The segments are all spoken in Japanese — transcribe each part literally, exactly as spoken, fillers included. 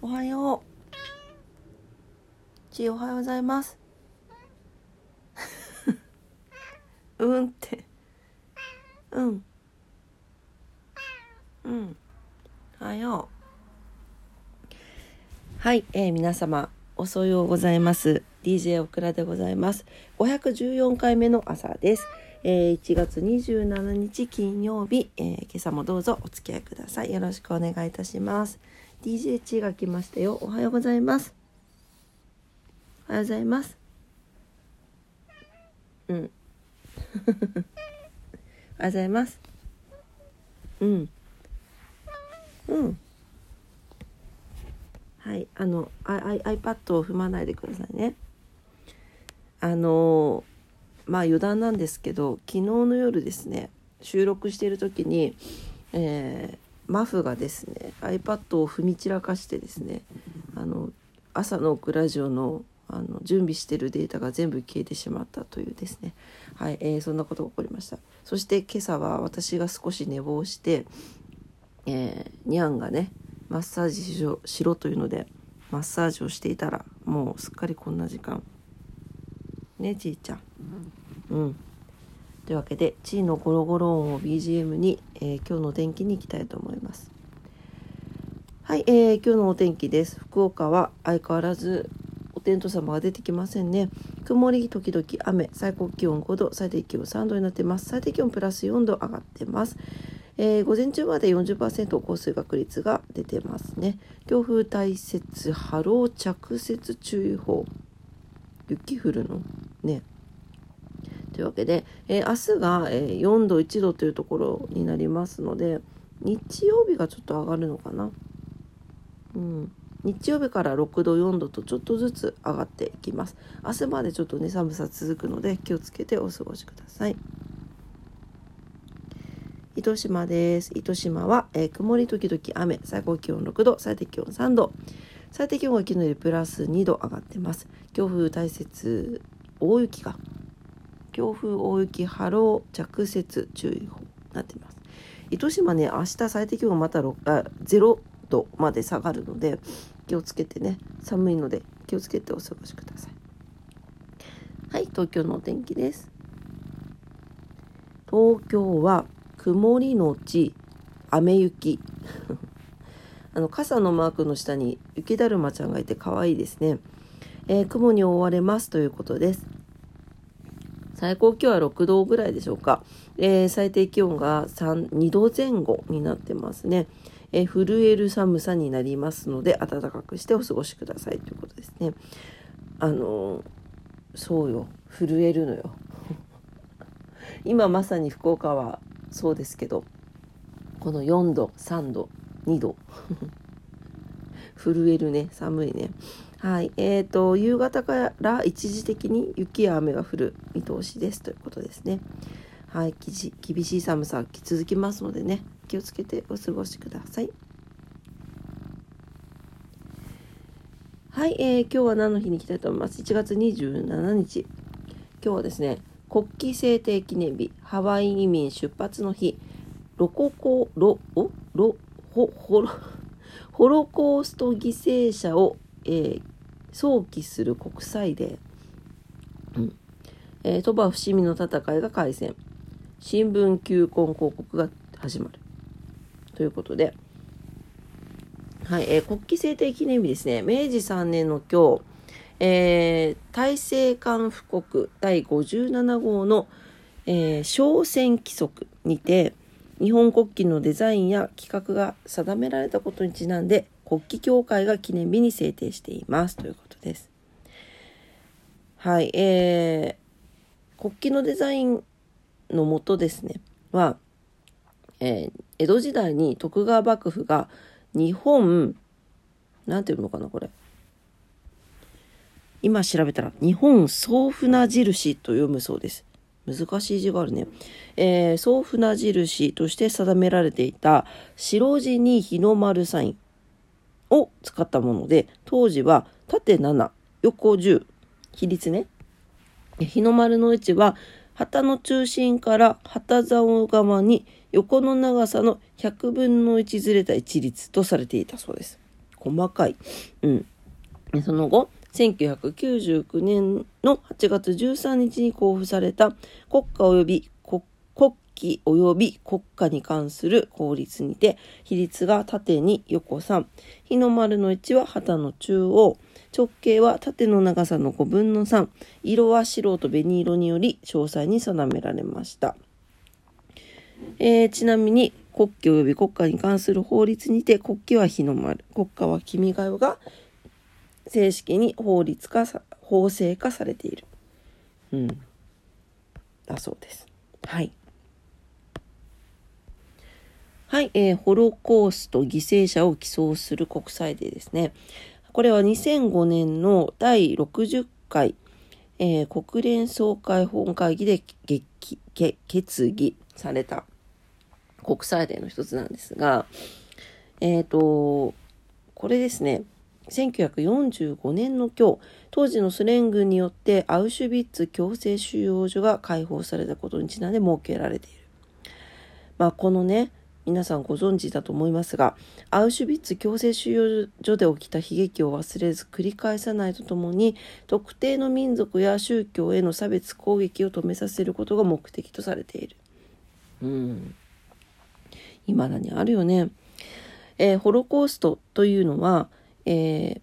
おはよう。ちおはようございます。うんってうんうんおはよう。はい、えー、皆様おそようございます。 ディージェー オクラでございます。ごひゃくじゅうよんかいめの朝です。えー、いちがつにじゅうしちにち金曜日、えー、今朝もどうぞお付き合いください。よろしくお願いいたします。 ディージェー ちが来ましたよ。おはようございます。おはようございます。うんおはようございます。うんうんはい、あの I iPad を踏まないでくださいね。あのまあ余談なんですけど、昨日の夜ですね、収録している時に、えー、マフがですね iPad を踏み散らかしてですね、あの朝のオクラジオのあの準備しているデータが全部消えてしまったというですね、はい、えー、そんなことが起こりました。そして今朝は私が少し寝坊して、えー、ニャンがねマッサージしろ、しろというのでマッサージをしていたら、もうすっかりこんな時間ね、ちいちゃん。うんというわけで、ちいのゴロゴロ音を ビージーエム に、えー、今日の天気に行きたいと思います。はい、えー、今日のお天気です。福岡は相変わらずお天道様が出てきませんね。曇り時々雨、最高気温ごど、最低気温さんどになっています。最低気温プラスよんど上がってます。えー、午前中まで よんじゅっパーセント 降水確率が出てますね。強風大雪、波浪着雪注意報。雪降るのね。というわけで、えー、明日が、えー、よんどいちどというところになりますので、日曜日がちょっと上がるのかな。うん、日曜日からろくどよんどとちょっとずつ上がっていきます。明日までちょっとね寒さ続くので気をつけてお過ごしください。糸島です。糸島は、えー、曇り時々雨、最高気温ろくど、最低気温さんど、最低気温が昨日よりプラスにど上がってます。強風大雪、大雪が強風大雪波浪着雪注意報になっています。糸島ね、明日最低気温がまたあゼロどまで下がるので気をつけてね、寒いので気をつけてお過ごしください。はい、東京のお天気です。東京は曇りのち雨雪あの傘のマークの下に雪だるまちゃんがいて可愛いですね。えー、雲に覆われますということです。最高気温はろくどぐらいでしょうか。えー、最低気温がにどぜん後になってますね。えー、震える寒さになりますので暖かくしてお過ごしくださいということですね。あのー、そうよ、震えるのよ今まさに福岡はそうですけど、このよんど、さんど、にど震えるね、寒いね。はい、えーと夕方から一時的に雪や雨が降る見通しですということですね。はい、厳しい寒さ続きますのでね、気をつけてお過ごしください。はい、えー、今日は何の日に行きたいと思います。いちがつにじゅうしちにち、今日はですね、国旗制定記念日、ハワイ移民出発の日、ロココロおロホホロホロコースト犠牲者を、えー、想起する国際デー、うんえー、鳥羽伏見の戦いが開戦、新聞球根広告が始まるということで、はいえー、国旗制定記念日ですね。めいじさんねんの今日、えー、大政官布告だいごじゅうななごうの、えー、商船規則にて日本国旗のデザインや規格が定められたことにちなんで、国旗協会が記念日に制定していますということです。はい、えー、国旗のデザインのもとですねは、えー、江戸時代に徳川幕府が日本なんていうのかなこれ今調べたら日本総船印と読むそうです。難しい字があるね。えー、総船印として定められていた白地に日の丸サインを使ったもので、当時は縦なな、横じゅう、比率ね。日の丸の位置は旗の中心から旗竿側に横の長さのひゃくぶんのいちずれた一律とされていたそうです。 細かい。うん。でその後、せんきゅうひゃくきゅうじゅうきゅうねんのはちがつじゅうさんにちに公布された国家及び国国旗及び国家に関する法律にて、比率が縦に横さん、日の丸の位置は旗の中央、直径は縦の長さのごぶんのさん、色は白と紅色により詳細に定められました。えー、ちなみに国旗及び国家に関する法律にて、国旗は日の丸、国家は君が代が正式に法律化さ法制化されている、うん、だそうです。はいはい、えー、ホロコースト犠牲者を起訴する国際デーですね。これはにせんごねんのだいろくじゅっかい、えー、国連総会本会議で決議された国際デーの一つなんですが、えっと、これですね、せんきゅうひゃくよんじゅうごねんの今日、当時のソ連軍によってアウシュビッツ強制収容所が解放されたことにちなんで設けられている。まあ、このね、皆さんご存知だと思いますが、アウシュビッツ強制収容所で起きた悲劇を忘れず繰り返さないとともに、特定の民族や宗教への差別攻撃を止めさせることが目的とされている。うん。未だにあるよね。えー、ホロコーストというのは、えー、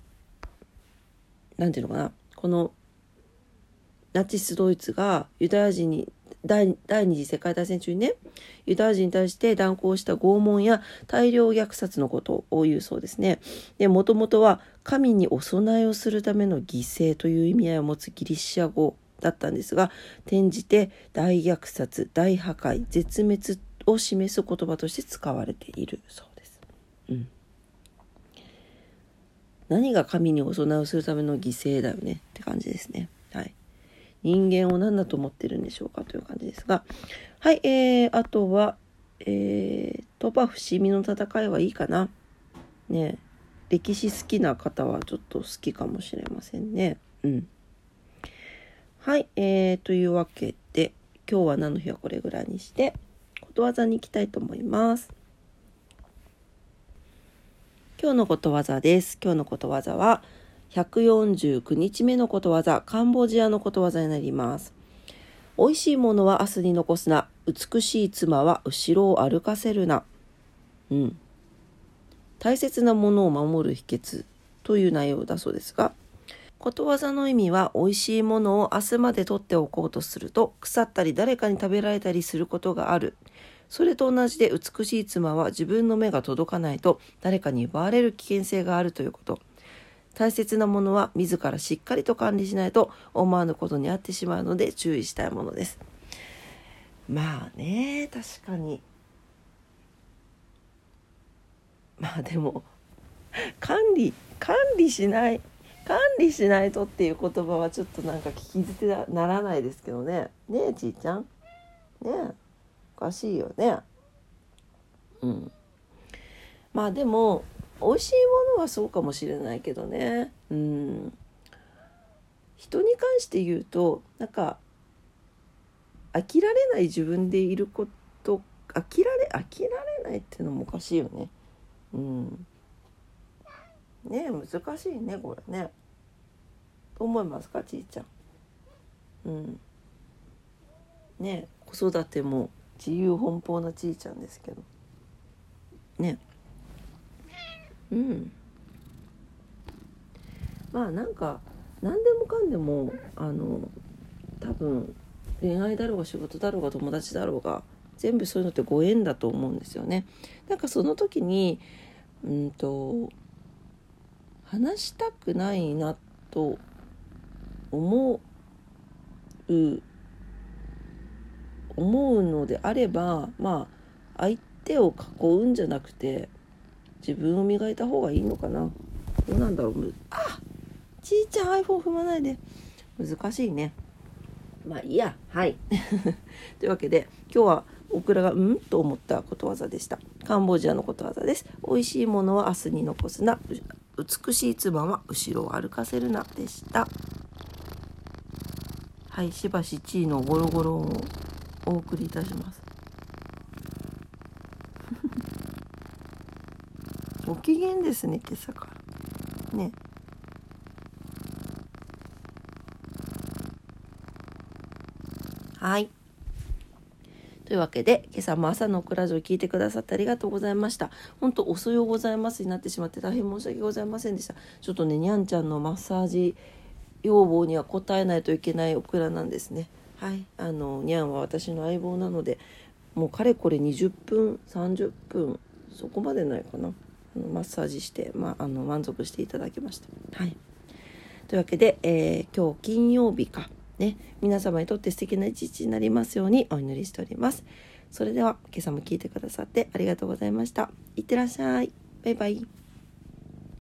なんていうのかな、このナチスドイツがユダヤ人に第, 第二次世界大戦中にね、ユダヤ人に対して断行した拷問や大量虐殺のことを言うそうですね。で、もともとは神にお供えをするための犠牲という意味合いを持つギリシャ語だったんですが、転じて大虐殺、大破壊、絶滅を示す言葉として使われているそうです。うん。何が神にお供えをするための犠牲だよねって感じですね。はい。人間を何だと思ってるんでしょうかという感じですが、はい、えー、あとは、えー、鳥羽伏見の戦いはいいかな。ね、歴史好きな方はちょっと好きかもしれませんね。うん。はい、えー、というわけで、今日は何の日はこれぐらいにして、ことわざに行きたいと思います。今日のことわざです。今日のことわざは、ひゃくよんじゅうきゅうにちめのことわざ、カンボジアのことわざになります。おいしいものは明日に残すな。美しい妻は後ろを歩かせるな。うん。大切なものを守る秘訣という内容だそうですが、ことわざの意味は、おいしいものを明日まで取っておこうとすると、腐ったり誰かに食べられたりすることがある。それと同じで、美しい妻は自分の目が届かないと誰かに奪われる危険性があるということ。大切なものは自らしっかりと管理しないと思わぬことに遭ってしまうので注意したいものです。まあね、確かに。まあでも管理管理しない管理しないとっていう言葉はちょっとなんか聞き捨てならないですけどね。ねえちいちゃん、ねえおかしいよね。うん。まあでも美味しいものはそうかもしれないけどね。うん。人に関して言うと、なんか飽きられない自分でいること、飽きられ飽きられないっていうのもおかしいよね。うん。ねえ難しいねこれね。どう思いますかちいちゃん。うん。ねえ子育ても自由奔放なちいちゃんですけど。ね。うん。まあなんか何でもかんでもあの多分恋愛だろうが仕事だろうが友達だろうが全部そういうのってご縁だと思うんですよね。なんかその時にうんと話したくないなと思う思うのであれば、まあ相手を囲うんじゃなくて自分を磨いた方がいいのかな。どうなんだろう。あ、ちいちゃん iPhone 踏まないで。難しいね。まあいいや。はいというわけで今日はオクラがうんと思ったことわざでした。カンボジアのことわざです。おいしいものは明日に残すな。美しい妻は後ろを歩かせるなでした。はい、しばしチーのゴロゴロをお送りいたしますご機嫌ですね、今朝からね。はい。というわけで、今朝も朝のオクラジオを聞いてくださってありがとうございました。本当遅ようございますになってしまって大変申し訳ございませんでした。ちょっとね、にゃんちゃんのマッサージ要望には応えないといけないオクラなんですね。はい。あの、にゃんは私の相棒なので、もうかれこれにじゅっぷん、さんじゅっぷん、そこまでないかな。マッサージして、まあ、あの満足していただきました。はい。というわけで、えー、今日金曜日か。ね、皆様にとって素敵な一日になりますようにお祈りしております。それでは今朝も聞いてくださってありがとうございました。いってらっしゃい。バイバイ。